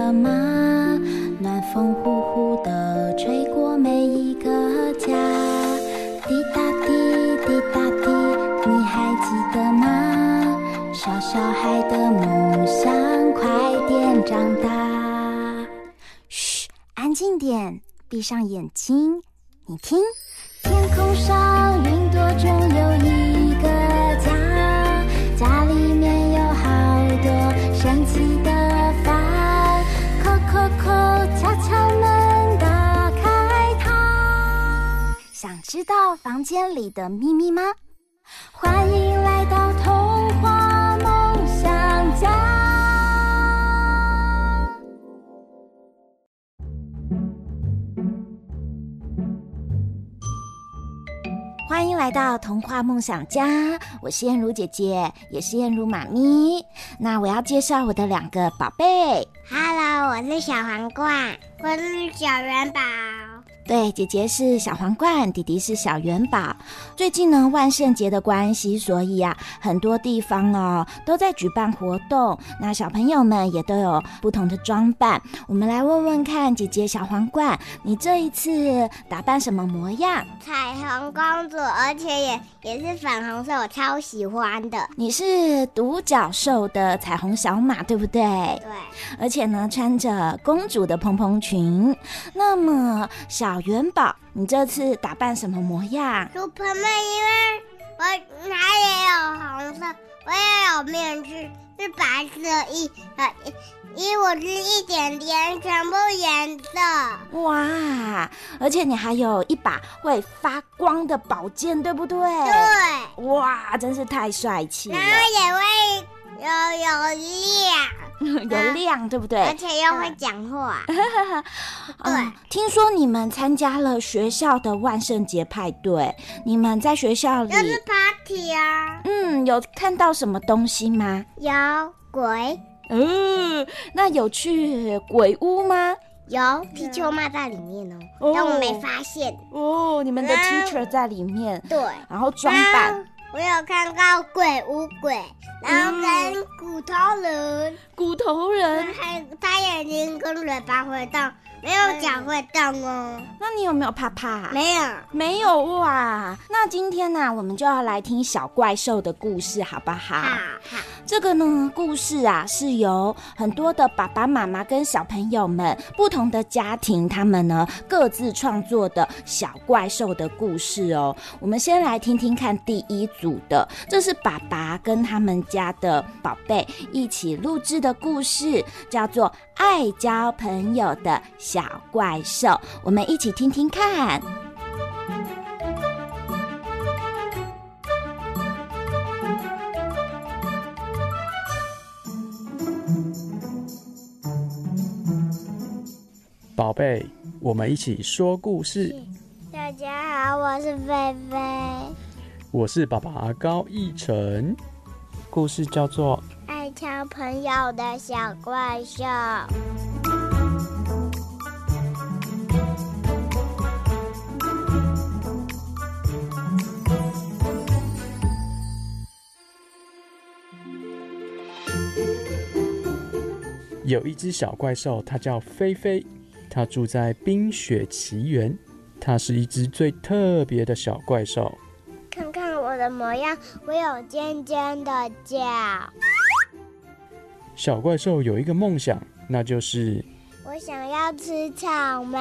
得吗？暖风呼呼地吹过每一个家，滴答滴，滴答滴，你还记得吗？小小孩的梦想，快点长大。嘘，安静点，闭上眼睛，你听，天空上云朵中有一个家，家里面有好多神奇的饭，叩叩叩，敲敲门，打开它。想知道房间里的秘密吗？欢迎来到童话梦想家。欢迎来到童话梦想家，我是燕如姐姐，也是燕如妈咪。那我要介绍我的2个宝贝。 Hello， 我是小皇冠，我是小元宝。 对，姐姐是小皇冠，弟弟是小元宝。最近呢，万圣节的关系，所以啊，很多地方都在举办活动。那小朋友们也都有不同的装扮。我们来问问看，姐姐小皇冠，你这一次打扮什么模样？ 彩虹公主，而且也是粉红色，我超喜欢的。 你是独角兽的彩虹小马，对不对？ 对。 而且呢，穿着公主的蓬蓬裙。那么小元宝，你这次打扮什么模样 ？Superman， 因为它也有红色，我也有面具，是白色衣服是一点点，全部颜色。 哇！而且你还有一把会发光的宝剑，对不对？ 对。 哇，真是太帅气了。 然后也会有亮， 有亮，对不对？ 而且又会讲话。 对，听说你们参加了学校的万圣节派对，你们在学校里就是 party 啊。 有看到什么东西吗？ 有鬼。 那有去鬼屋吗？ 有，踢球妈在里面哦，但我没发现。 你们的 teacher 在里面。 对。 然后装扮。 我有看到鬼屋鬼，然后跟骨头人。 骨头人， 他眼睛跟嘴巴会动，没有脚会动哦。 那你有没有怕怕？ 没有哇。那今天呢，我们就要来听小怪兽的故事，好不好？ 好。 这个呢，故事啊，是由很多的爸爸妈妈跟小朋友们不同的家庭，他们呢各自创作的小怪兽的故事哦。我们先来听听看第一组的，这是爸爸跟他们家的宝贝一起录制的故事，叫做《爱交朋友的小怪兽》。我们一起听听看。 宝贝，我们一起说故事。 大家好，我是菲菲。 我是爸爸高奕成。故事叫做 《爱交朋友的小怪兽》。 有一只小怪兽，它叫菲菲，它住在冰雪奇缘。它是一只最特别的小怪兽。 看看我的模样，我有尖尖的角。 小怪兽有一个梦想，那就是我想要吃草莓。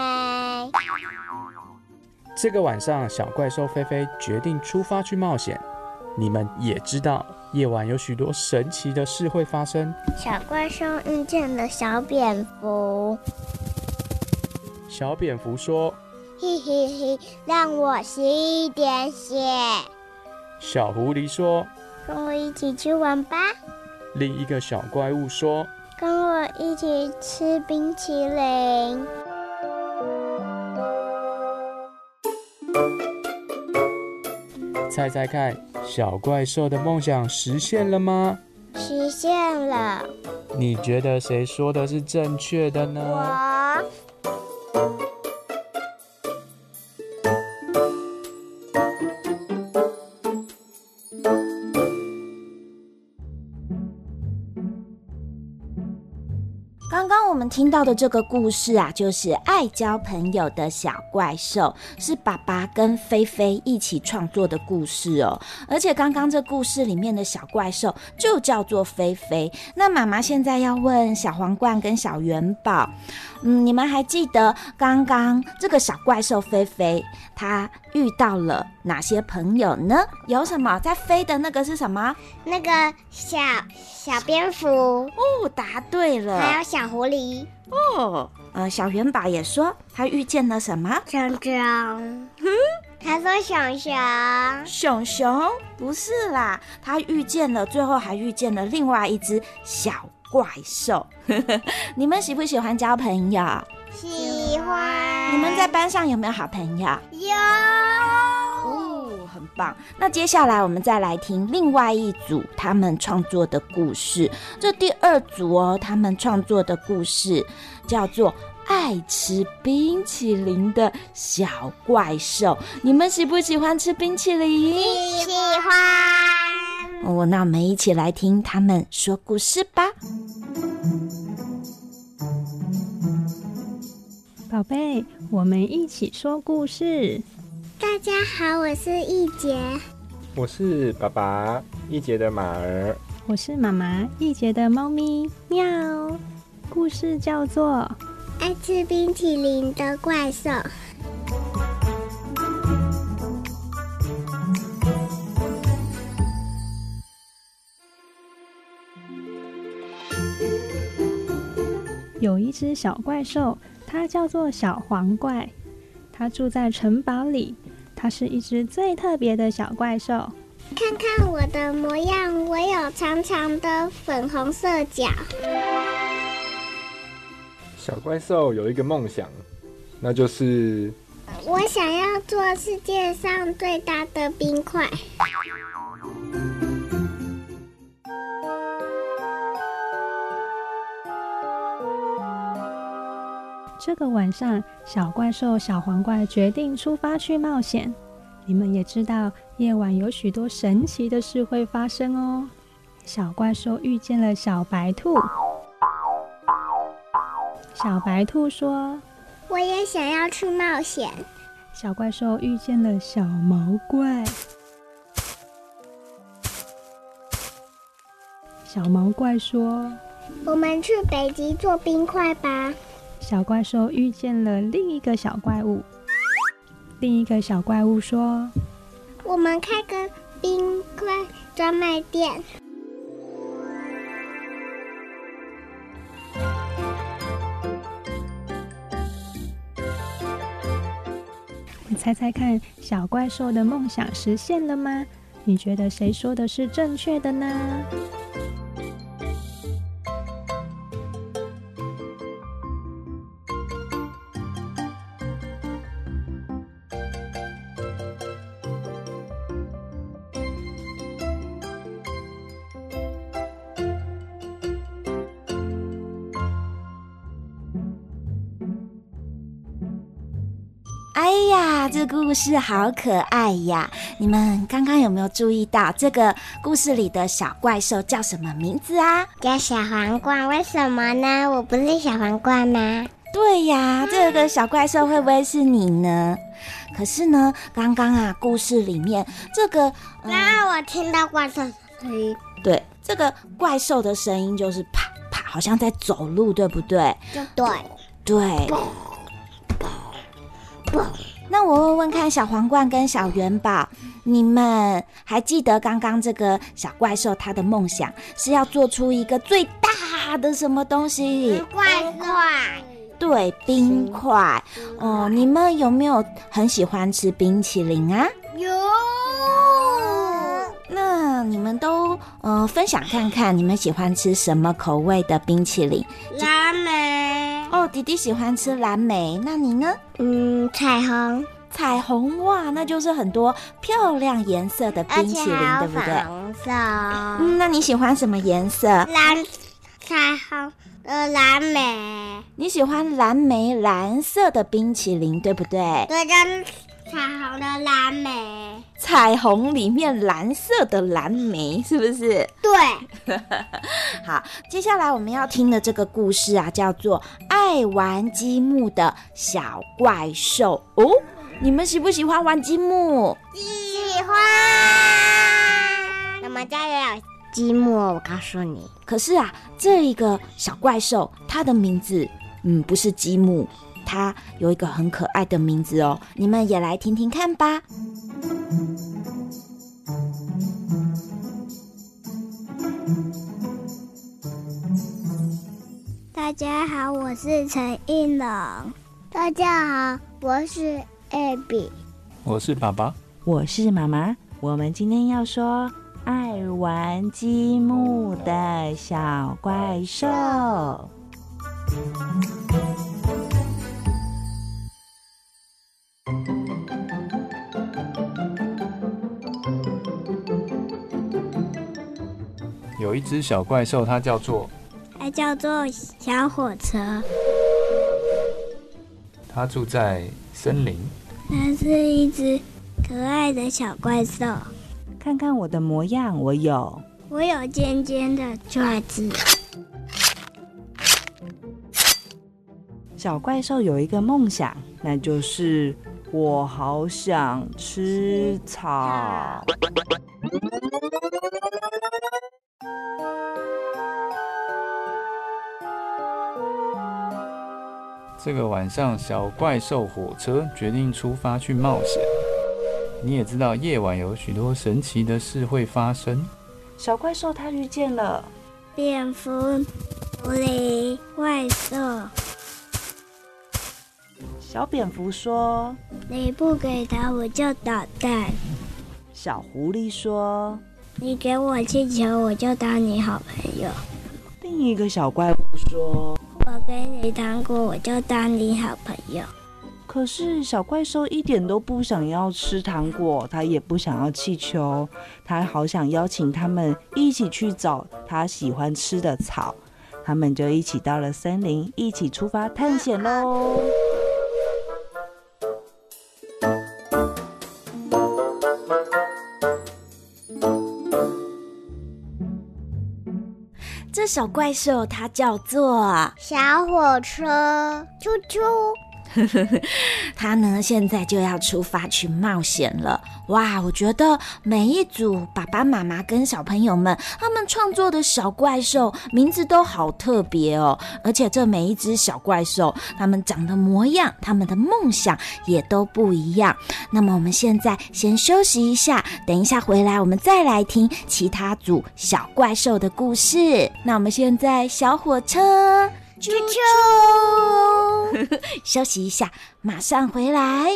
这个晚上，小怪兽菲菲决定出发去冒险。你们也知道，夜晚有许多神奇的事会发生。 小怪兽遇见了小蝙蝠。 小蝙蝠说： 嘿嘿嘿，让我吸一点血。 小狐狸说： 跟我一起去玩吧。 另一个小怪物说： 跟我一起吃冰淇淋。 猜猜看，小怪兽的梦想实现了吗？ 实现了。 你觉得谁说的是正确的呢？ 我。 们听到的这个故事啊，就是爱交朋友的小怪兽，是爸爸跟菲菲一起创作的故事哦。而且刚刚这故事里面的小怪兽就叫做菲菲。那妈妈现在要问小皇冠跟小元宝，你们还记得刚刚这个小怪兽菲菲它遇到了哪些朋友呢？有什么在飞的那个是什么？ 那个小蝙蝠哦，答对了。 还有小狐狸哦。小元宝也说他遇见了什么？ 熊熊。他说熊熊。 熊熊不是啦，他遇见了，最后还遇见了另外一只小怪兽。你们喜不喜欢交朋友？ 喜欢。 你们在班上有没有好朋友？ 有。 很棒。那接下来我们再来听另外一组他们创作的故事。这第二组哦，他们创作的故事叫做爱吃冰淇淋的小怪兽。你们喜不喜欢吃冰淇淋？ 喜欢。 那我们一起来听他们说故事吧。 宝贝，我们一起说故事。 大家好，我是易杰。 我是爸爸易杰的马儿。 我是妈妈易杰的猫咪喵。故事叫做爱吃冰淇淋的怪兽。 有一只小怪兽，它叫做小黄怪，它住在城堡里，它是一只最特别的小怪兽。 看看我的模样，我有长长的粉红色脚。 小怪兽有一个梦想，那就是我想要做世界上最大的冰块。 这个晚上，小怪兽小黄怪决定出发去冒险。你们也知道，夜晚有许多神奇的事会发生哦。小怪兽遇见了小白兔。小白兔说：“ 我也想要去冒险。” 小怪兽遇见了小毛怪。小毛怪说：“ 我们去北极做冰块吧。” 小怪兽遇见了另一个小怪物。另一个小怪物说：“ 我们开个冰块专卖店。” 你猜猜看，小怪兽的梦想实现了吗？你觉得谁说的是正确的呢？ 哎呀，这故事好可爱呀！你们刚刚有没有注意到这个故事里的小怪兽叫什么名字啊？ 叫小皇冠。为什么呢？我不是小皇冠吗？ 对呀，这个小怪兽会不会是你呢？可是呢，刚刚啊，故事里面这个我听到怪兽声音。 对，这个怪兽的声音就是啪啪，好像在走路，对不对？对。那我问问看，小皇冠跟小元宝，你们还记得刚刚这个小怪兽它的梦想是要做出一个最大的什么东西？ 冰块。 对，冰块。你们有没有很喜欢吃冰淇淋啊？ 有。 那你们都分享看看，你们喜欢吃什么口味的冰淇淋？ 蓝莓。 弟弟喜欢吃蓝莓，那你呢？ 彩虹哇，那就是很多漂亮颜色的冰淇淋，对不对？ 粉色。 那你喜欢什么颜色？ 彩虹的蓝莓。 你喜欢蓝莓蓝色的冰淇淋，对不对？ 对，跟彩虹的蓝莓。 彩虹里面蓝色的蓝莓，是不是？ 对。 好，接下来我们要听的这个故事啊，叫做《爱玩积木的小怪兽》哦。你们喜不喜欢玩积木？ 喜欢。我们家也有积木哦，我告诉你。 可是啊，这一个小怪兽，它的名字不是积木，它有一个很可爱的名字哦。你们也来听听看吧。 大家好，我是陈一龙。大家好，我是 Abby。 我是爸爸， 我是妈妈。我们今天要说爱玩积木的小怪兽。 有一只小怪兽，它叫做小火车。 它住在森林。 它是一只可爱的小怪兽。 看看我的模样，我有尖尖的爪子。 小怪兽有一个梦想，那就是我好想吃草。 这个晚上，小怪兽火车决定出发去冒险。你也知道，夜晚有许多神奇的事会发生。 小怪兽它遇见了蝙蝠、狐狸、怪兽。 小蝙蝠说：“ 你不给它，我就捣蛋。” 小狐狸说：“ 你给我气球，我就当你好朋友。” 另一个小怪物说：“ 我给你糖果，我就当你好朋友。” 可是小怪兽一点都不想要吃糖果，他也不想要气球，他好想邀请他们一起去找他喜欢吃的草。他们就一起到了森林，一起出发探险咯。 这小怪兽它叫做小火车，啾啾。 他呢，现在就要出发去冒险了。哇，我觉得每一组爸爸妈妈跟小朋友们，他们创作的小怪兽名字都好特别哦。而且这每一只小怪兽，他们长的模样，他们的梦想也都不一样。那么我们现在先休息一下，等一下回来我们再来听其他组小怪兽的故事。那我们现在小火车啾啾，休息一下，马上回来。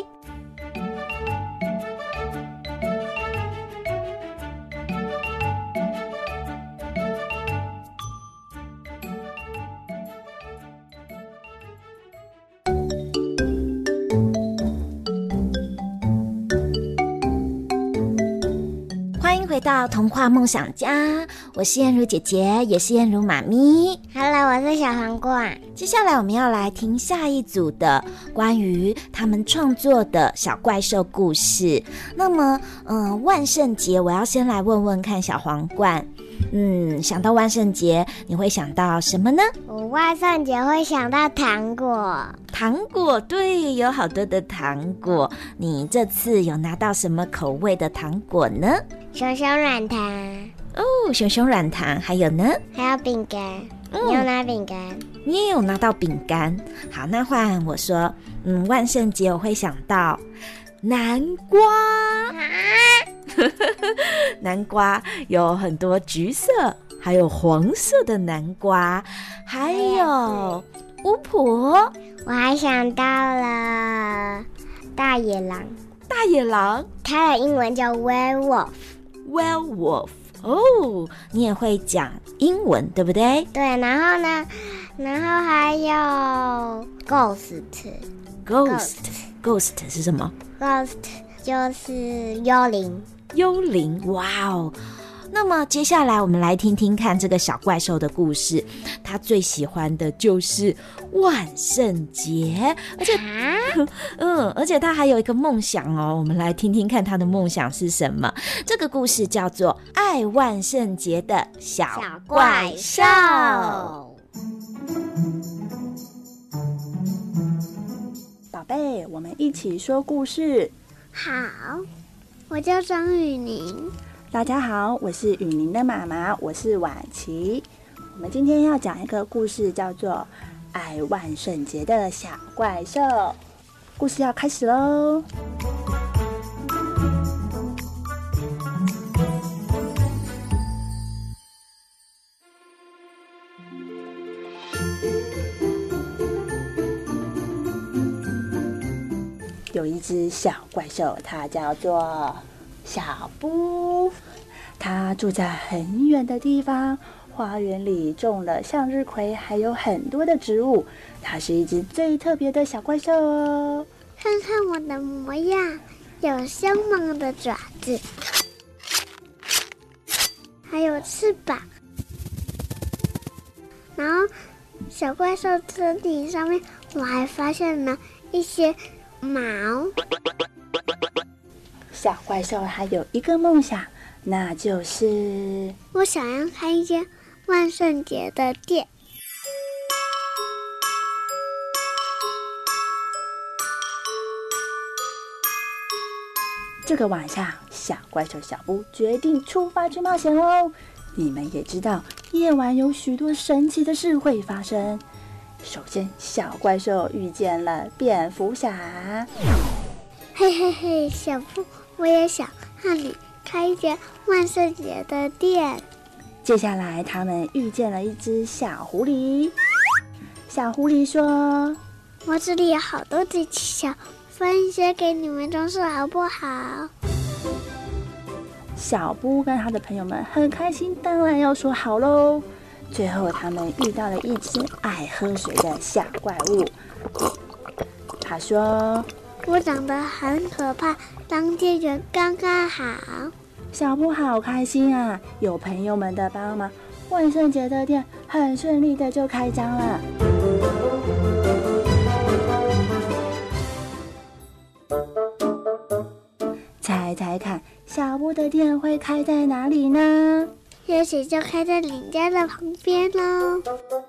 回到童话梦想家，我是燕如姐姐，也是燕如妈咪。 Hello， 我是小黄瓜。 接下来我们要来听下一组的关于他们创作的小怪兽故事。那么，万圣节，我要先来问问看小皇冠。想到万圣节，你会想到什么呢？ 我万圣节会想到糖果。 糖果，对，有好多的糖果。你这次有拿到什么口味的糖果呢？ 熊熊软糖。 哦，熊熊软糖，还有呢？ 还有饼干。你有拿饼干？ 你也有拿到饼干。好，那换我说，万圣节我会想到南瓜。南瓜有很多橘色，还有黄色的南瓜，还有巫婆。 我还想到了大野狼。 大野狼， 它的英文叫 werewolf。哦，你也会讲英文，对不对？ 对，然后呢？然后还有 ghost 是什么？ ghost 就是幽灵。 幽灵，哇哦！那么接下来我们来听听看这个小怪兽的故事。他最喜欢的就是万圣节，而且而且他还有一个梦想哦，我们来听听看他的梦想是什么。这个故事叫做《爱万圣节的小怪兽》。 宝贝，我们一起说故事。 好，我叫张雨宁。 大家好，我是雨宁的妈妈，我是婉琪。我们今天要讲一个故事，叫做《爱万圣节的小怪兽》。故事要开始喽！有一只小怪兽，它叫做小布。它住在很远的地方，花园里种了向日葵，还有很多的植物。它是一只最特别的小怪兽哦。 看看我的模样，有凶猛的爪子，还有翅膀。然后小怪兽身体上面，我还发现了一些毛。 小怪兽还有一个梦想，那就是我想要开一间万圣节的店。 这个晚上，小怪兽小布决定出发去冒险喽。你们也知道，夜晚有许多神奇的事会发生。首先，小怪兽遇见了蝙蝠侠。 嘿嘿嘿，小布，我也想和你开一间万圣节的店。 接下来，他们遇见了一只小狐狸。小狐狸说：“ 我这里有好多的气球，分一些给你们装饰好不好？” 小布跟他的朋友们很开心，当然要说好喽。最后，他们遇到了一只爱喝水的小怪物。他说：“ 我长得很可怕，当店员刚刚好。” 小布好开心啊！有朋友们的帮忙，万圣节的店很顺利的就开张了。猜猜看，小布的店会开在哪里呢？ 也许就开在你家的旁边喽。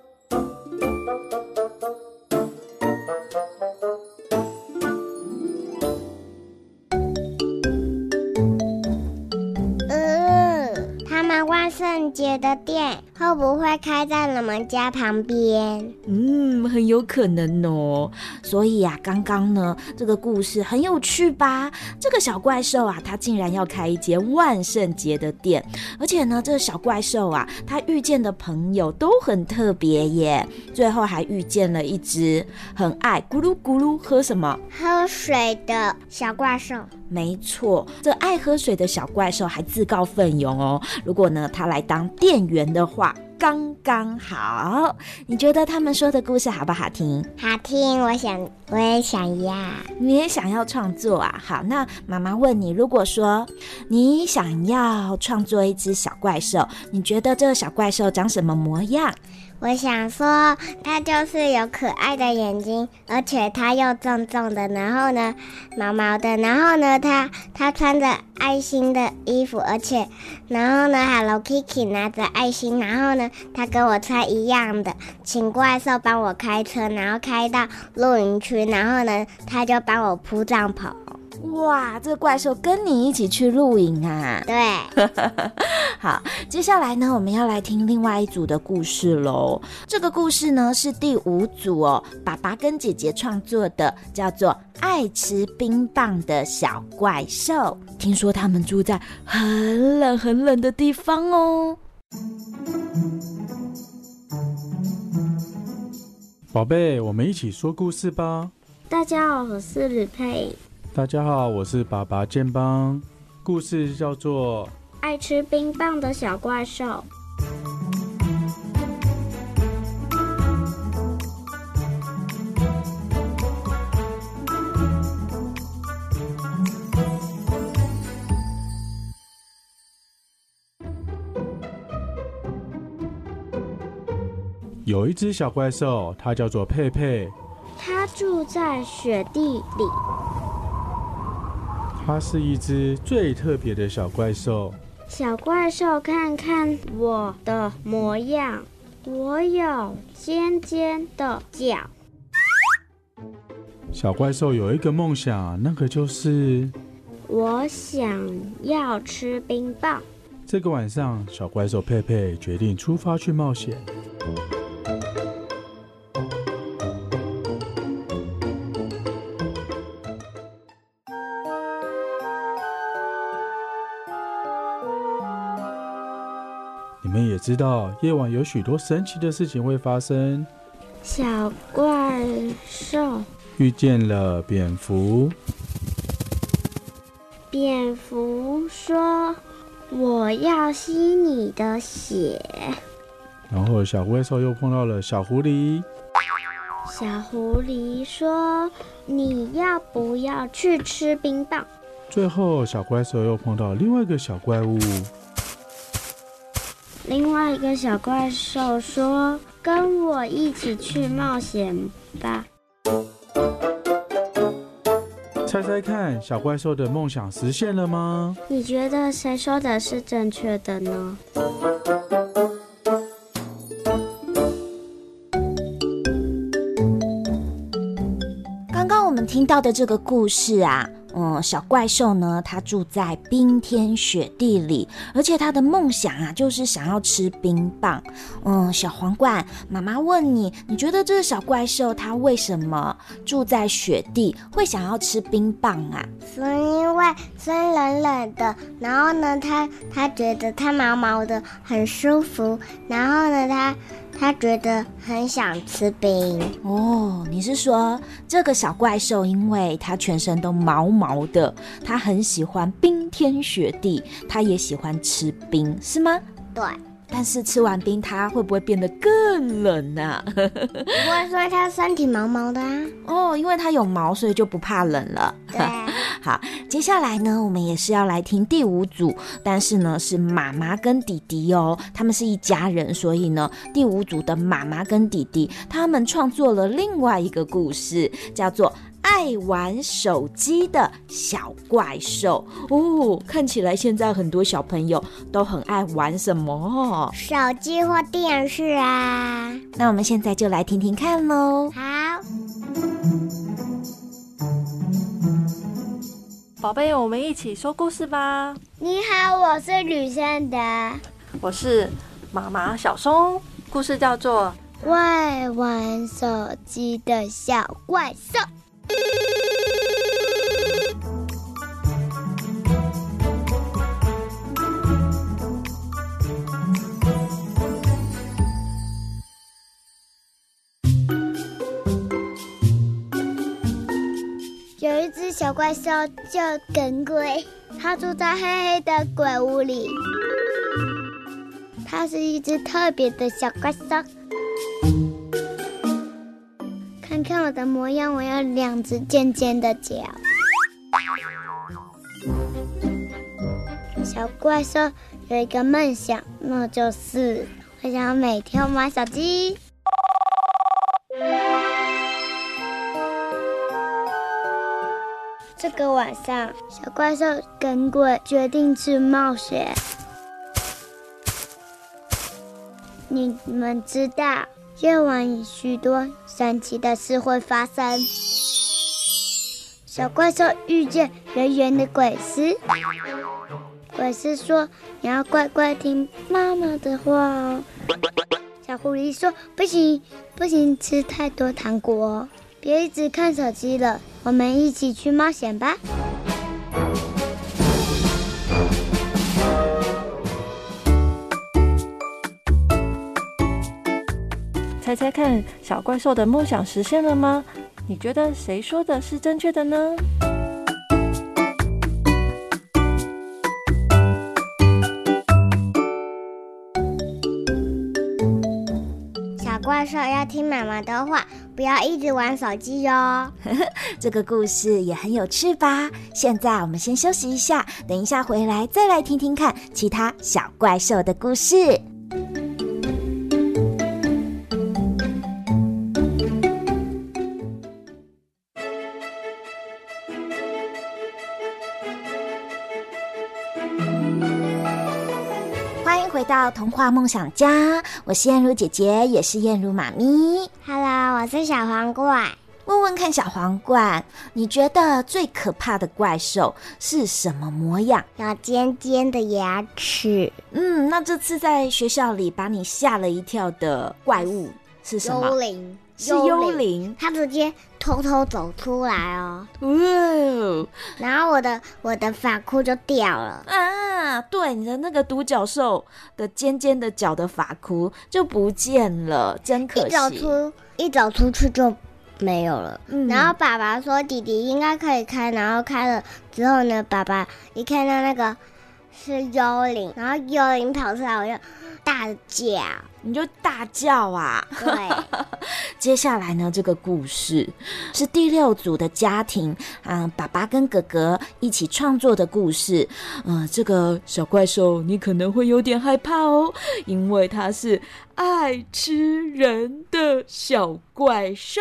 万圣节的店会不会开在我们家旁边？ 很有可能哦。所以啊，刚刚呢，这个故事很有趣吧？这个小怪兽啊，它竟然要开一间万圣节的店，而且呢，这个小怪兽啊，它遇见的朋友都很特别耶。最后还遇见了一只很爱咕噜咕噜喝什么？ 喝水的小怪兽。 没错，这爱喝水的小怪兽还自告奋勇哦。如果呢，他来当店员的话，刚刚好。你觉得他们说的故事好不好听？ 好听，我也想要。 你也想要创作啊？好，那妈妈问你，如果说你想要创作一只小怪兽，你觉得这个小怪兽长什么模样？ 我想说，它就是有可爱的眼睛，而且它又重重的，然后呢，毛毛的，然后呢，它穿着爱心的衣服，然后呢 ，Hello Kitty 拿着爱心，然后呢，它跟我穿一样的，请怪兽帮我开车，然后开到露营区，然后呢，它就帮我铺帐篷。 哇，这个怪兽跟你一起去露营啊？ 对。 好，接下来呢，我们要来听另外一组的故事咯。这个故事呢是第5组哦，爸爸跟姐姐创作的，叫做爱吃冰棒的小怪兽。听说他们住在很冷很冷的地方哦。 宝贝，我们一起说故事吧。 大家好，我是吕佩。 大家好，我是爸爸健邦。故事叫做爱吃冰棒的小怪兽。 有一只小怪兽，它叫做佩佩。 它住在雪地里。 它是一只最特别的小怪兽。 小怪兽，看看我的模样，我有尖尖的角。 小怪兽有一个梦想，那个就是我想要吃冰棒。 这个晚上，小怪兽佩佩决定出发去冒险。你们也知道，夜晚有许多神奇的事情会发生。 小怪兽遇见了蝙蝠。 蝙蝠说：“我要吸你的血。” 然后小怪兽又碰到了小狐狸。 小狐狸说：“你要不要去吃冰棒？” 最后，小怪兽又碰到另外一个小怪物。 另外一个小怪兽说：“跟我一起去冒险吧。” 猜猜看，小怪兽的梦想实现了吗？ 你觉得谁说的是正确的呢？ 刚刚我们听到的这个故事啊，小怪兽呢，它住在冰天雪地里，而且它的梦想啊，就是想要吃冰棒。小皇冠，妈妈问你，你觉得这个小怪兽它为什么住在雪地，会想要吃冰棒啊？ 是因为天冷冷的，然后呢，他觉得它毛毛的很舒服，然后呢，他觉得很想吃冰。 哦，你是说这个小怪兽因为它全身都毛毛的，它很喜欢冰天雪地，它也喜欢吃冰，是吗？ 对。 但是吃完冰，它会不会变得更冷啊？ 不会，说它身体毛毛的啊。 哦，因为它有毛，所以就不怕冷了。 对。 好，接下来呢，我们也是要来听第5组，但是呢是妈妈跟弟弟哦，他们是一家人，所以呢第5组的妈妈跟弟弟，他们创作了另外一个故事，叫做爱玩手机的小怪兽。看起来现在很多小朋友都很爱玩什么？ 手机或电视啊。 那我们现在就来听听看咯。 好。 宝贝，我们一起说故事吧。 你好，我是吕胜德。 我是妈妈小松。故事叫做 《爱玩手机的小怪兽》。有一只小怪兽叫耿鬼，它住在黑黑的鬼屋里。它是一只特别的小怪兽。看看我的模样，我有2只尖尖的角。小怪兽有一个梦想，那就是我想每天玩手机。这个晚上，小怪兽耿鬼决定去冒险。你们知道，夜晚许多神奇的事会发生。小怪兽遇见圆圆的鬼师，鬼师说：“你要乖乖听妈妈的话哦。”小狐狸说：“不行，不行，吃太多糖果哦。别一直看手机了，我们一起去冒险吧。” 猜猜看，小怪兽的梦想实现了吗？你觉得谁说的是正确的呢？ 小怪兽要听妈妈的话，不要一直玩手机哟。 这个故事也很有趣吧？现在我们先休息一下，等一下回来再来听听看其他小怪兽的故事。 回到童话梦想家，我是燕如姐姐，也是燕如妈咪。 Hello， 我是小皇冠。 问问看，小皇冠，你觉得最可怕的怪兽是什么模样？ 有尖尖的牙齿。 那这次在学校里把你吓了一跳的怪物是什么？ 幽灵。 是幽灵， 它直接偷偷走出来哦。然后我的发箍就掉了啊！对，你的那个独角兽的尖尖的角的发箍就不见了，真可惜。 一走出去就没有了。然后爸爸说弟弟应该可以开，然后开了之后呢，爸爸一看到那个是幽灵，然后幽灵跑出来，我就大叫。 你就大叫啊！ 对。 接下来呢，这个故事是第6组的家庭爸爸跟哥哥一起创作的故事。这个小怪兽你可能会有点害怕哦，因为它是爱吃人的小怪兽。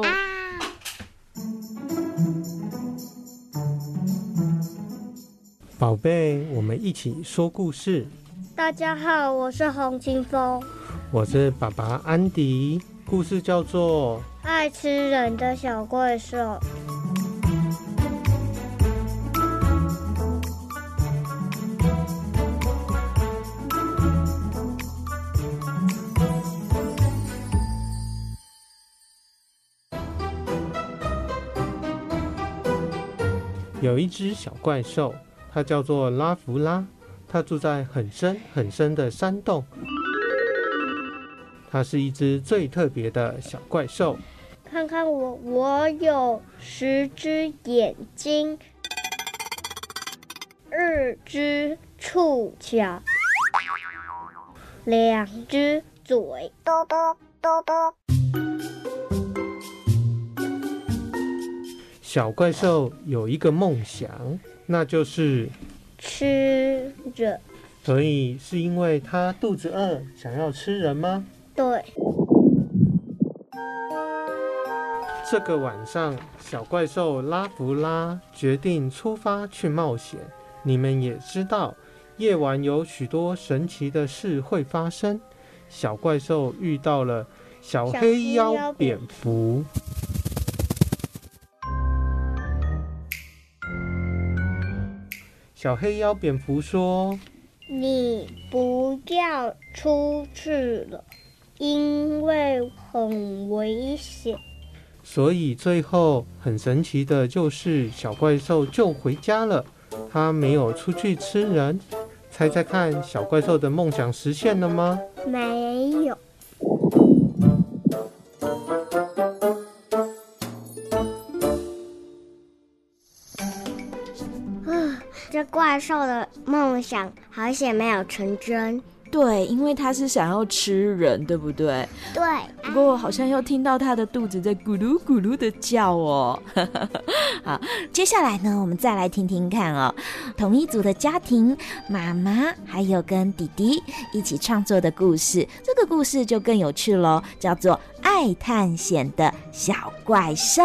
宝贝，我们一起说故事。 大家好，我是洪清风。 我是爸爸安迪，故事叫做《 爱吃人的小怪兽》。 有一只小怪兽，它叫做拉弗拉，它住在很深很深的山洞。它是一只最特别的小怪兽。 看看我有10只眼睛，2只触角，2只嘴， 哆哆哆哆。 小怪兽有一个梦想，那就是吃人。 所以是因为它肚子饿，想要吃人吗？ 对。 这个晚上，小怪兽拉弗拉决定出发去冒险。你们也知道，夜晚有许多神奇的事会发生。小怪兽遇到了小黑腰蝙蝠。小黑腰蝙蝠说：“ 你不要出去了，因为很危险。” 所以最后很神奇的就是小怪兽就回家了，他没有出去吃人。猜猜看，小怪兽的梦想实现了吗？ 没有。 这怪兽的梦想好险没有成真。 对，因为他是想要吃人，对不对？ 对。 不过我好像又听到他的肚子在咕噜咕噜的叫哦。好，接下来呢，我们再来听听看哦，同一组的家庭，妈妈还有跟弟弟一起创作的故事。这个故事就更有趣咯，叫做《爱探险的小怪兽》。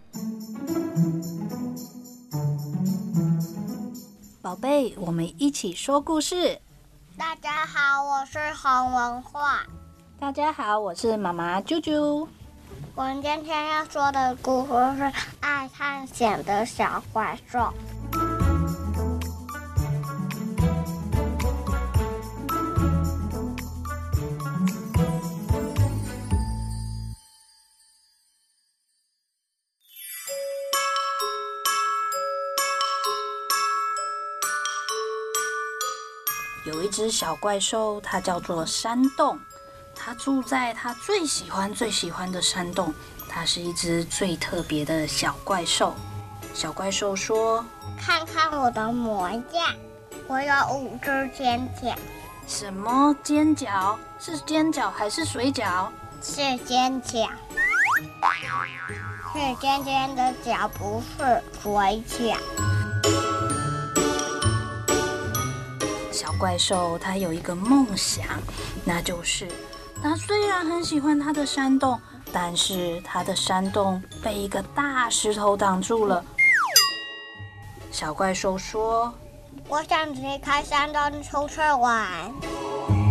宝贝，我们一起说故事。 大家好，我是洪文化。 大家好，我是妈妈啾啾。 我们今天要说的故事是爱探险的小怪兽。 有一只小怪兽，它叫做山洞。它住在它最喜欢的山洞。它是一只最特别的小怪兽。小怪兽说：“ 看看我的模样，我有5只尖角。” 什么尖角？是尖角还是水饺？ 是尖角，是尖尖的角，不是水饺。 小怪兽它有一个梦想，那就是它虽然很喜欢它的山洞，但是它的山洞被一个大石头挡住了。小怪兽说：“ 我想离开山洞出去玩。”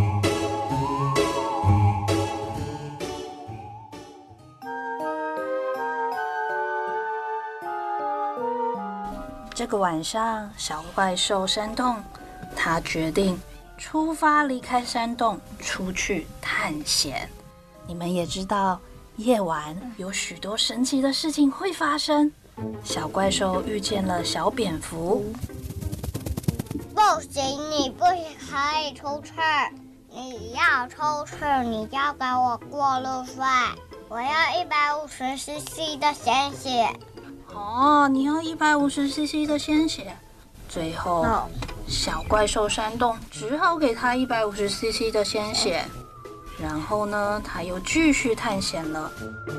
这个晚上，小怪兽山洞，他决定出发离开山洞，出去探险。你们也知道，夜晚有许多神奇的事情会发生。小怪兽遇见了小蝙蝠。 不行，你不可以出去。你要出去，你就给我过路费。我要150cc 的鲜血。 哦，你要150cc 的鲜血。最后，小怪兽山洞只好给他150cc 的鲜血。然后呢，他又继续探险了。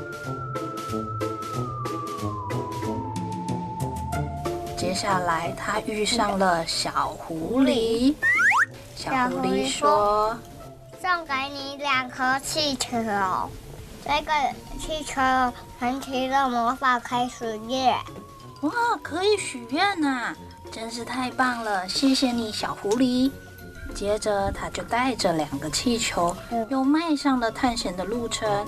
接下来，他遇上了小狐狸。小狐狸说：“ 送给你2颗气球，这个气球神奇的魔法可以许愿。” 哇，可以许愿啊！真是太棒了，谢谢你，小狐狸。接着，他就带着2个气球，又迈上了探险的路程。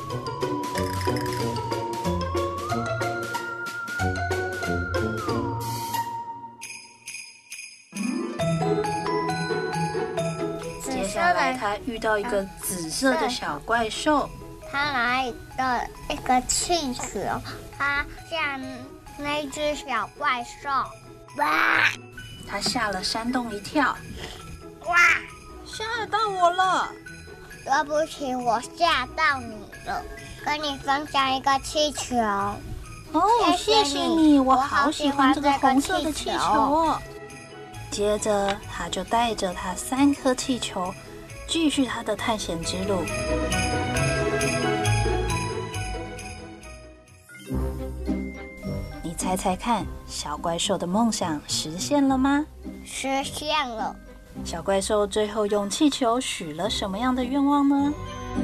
接下来，他遇到一个紫色的小怪兽， 他拿一个气球，他像那只小怪兽。哇！ 他吓了山洞一跳。 哇！ 吓到我了！ 对不起，我吓到你了。跟你分享一个气球。 哦，谢谢你，我好喜欢这个红色的气球哦。接着，他就带着他3颗气球，继续他的探险之路。你猜猜看，小怪兽的梦想实现了吗？ 实现了。 小怪兽最后用气球许了什么样的愿望呢？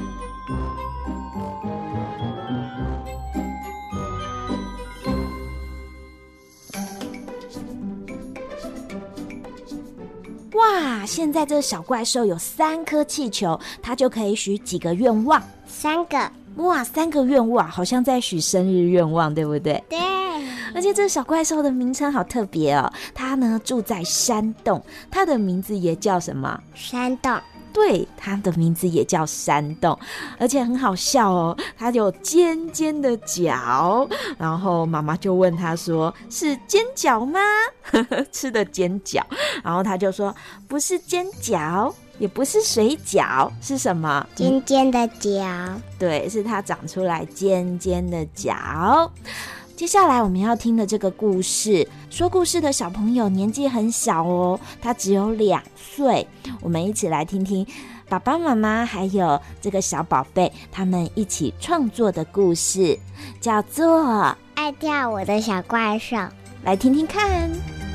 哇！现在这小怪兽有3颗气球，它就可以许几个愿望 ？3个。 哇，3个愿望，好像在许生日愿望，对不对？ 对。 而且这小怪兽的名称好特别哦，它呢住在山洞，它的名字也叫什么？ 山洞。 对，它的名字也叫山洞，而且很好笑哦，它有尖尖的角，然后妈妈就问他说：“是煎饺吗？”吃的煎饺，然后他就说：“不是煎饺，也不是水饺，是什么？ 尖尖的角。” 对，是它长出来尖尖的角。接下来我们要听的这个故事，说故事的小朋友年纪很小哦，他只有2岁。我们一起来听听爸爸妈妈还有这个小宝贝他们一起创作的故事，叫做《 爱跳舞的小怪兽》。 来听听看。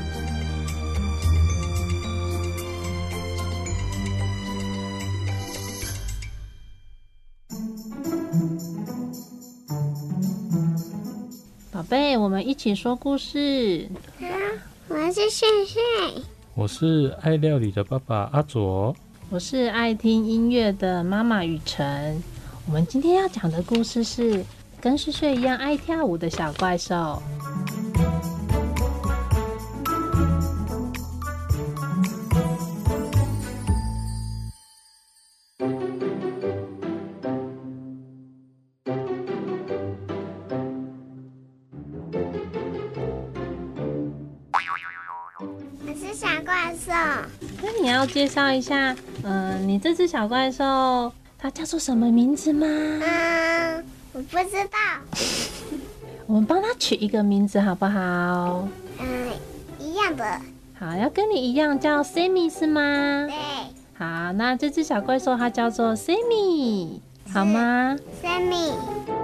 宝贝，我们一起说故事。 好，我是炫炫。 我是爱料理的爸爸阿佐。 我是爱听音乐的妈妈雨晨。我们今天要讲的故事是跟旭旭一样爱跳舞的小怪兽。那你要介绍一下，你这只小怪兽它叫做什么名字吗？ 我不知道。 我们帮它取一个名字好不好？ 一样的。 好，要跟你一样叫 Sammy 是吗？ 对。 好，那这只小怪兽它叫做 Sammy， 好吗 ？Sammy。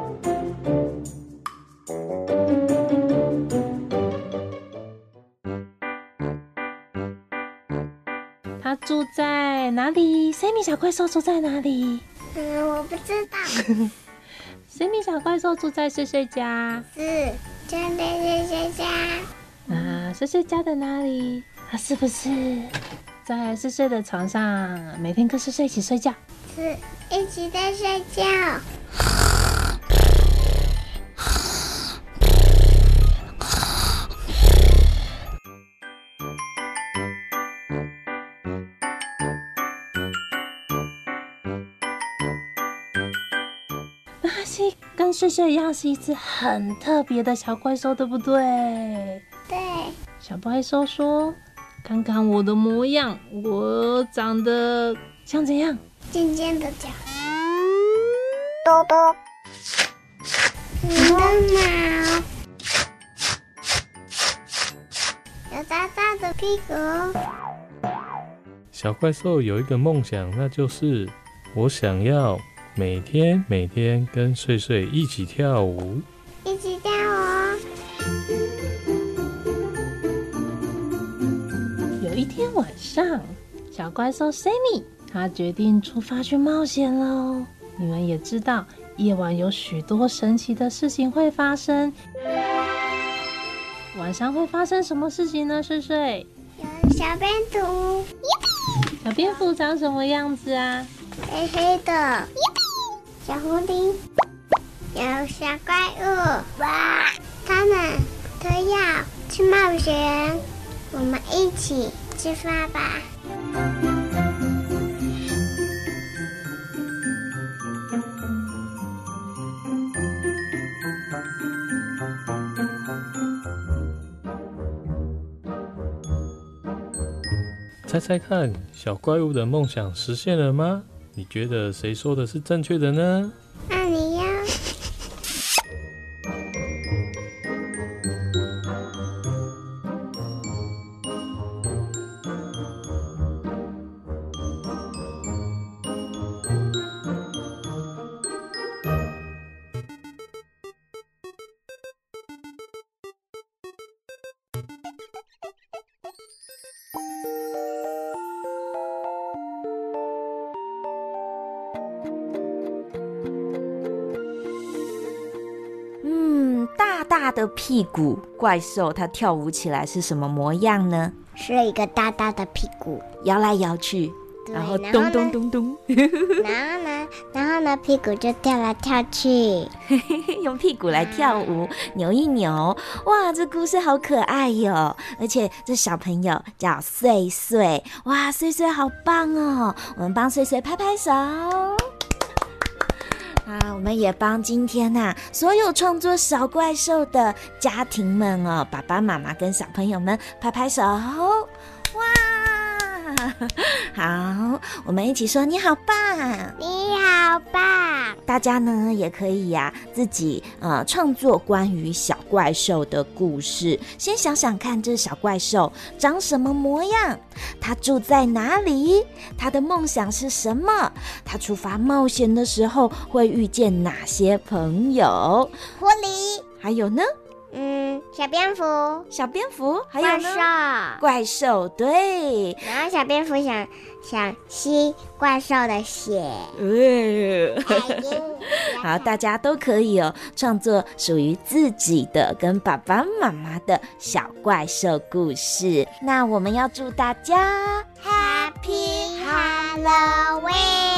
他住在哪里 ？Sammy 小怪兽住在哪里？ 我不知道。 Sammy 小怪兽住在碎碎家。 是，真的碎碎家。 碎碎家的哪里？他是不是在碎碎的床上，每天跟碎碎一起睡觉？ 是，一起在睡觉。 奇跟睡睡一样是一只很特别的小怪兽，对不对？ 对。 小怪兽说：“看看我的模样，我长得像怎样？ 尖尖的角，多多，长的毛，有大大的屁股。” 小怪兽有一个梦想，那就是我想要每天跟睡睡一起跳舞， 一起跳舞。 有一天晚上，小怪兽 Sammy 他决定出发去冒险喽。你们也知道，夜晚有许多神奇的事情会发生。晚上会发生什么事情呢？睡睡， 有小蝙蝠， 小蝙蝠长什么样子啊？ 黑黑的，小狐狸，有小怪物，哇！他们都要去冒险，我们一起出发吧。 猜猜看，小怪物的梦想实现了吗？你觉得谁说的是正确的呢？ 那你呀？ 大的屁股怪兽，它跳舞起来是什么模样呢？ 是一个大大的屁股， 摇来摇去，然后咚咚咚咚， 然后呢，屁股就跳来跳去， 用屁股来跳舞，扭一扭。哇，这故事好可爱哟！而且这小朋友叫碎碎，哇，碎碎好棒哦！我们帮碎碎拍拍手。我们也帮今天所有创作小怪兽的家庭们哦，爸爸妈妈跟小朋友们拍拍手。哇，好，我们一起说你好棒， 你好棒。 大家呢也可以自己创作关于小怪兽的故事。先想想看，这小怪兽长什么模样，它住在哪里，它的梦想是什么，它出发冒险的时候会遇见哪些朋友。 狐狸， 还有呢小蝙蝠， 还有呢怪兽，对。 然后小蝙蝠想吸怪兽的血。 好，大家都可以创作属于自己的跟爸爸妈妈的小怪兽故事。那我们要祝大家 Happy Halloween。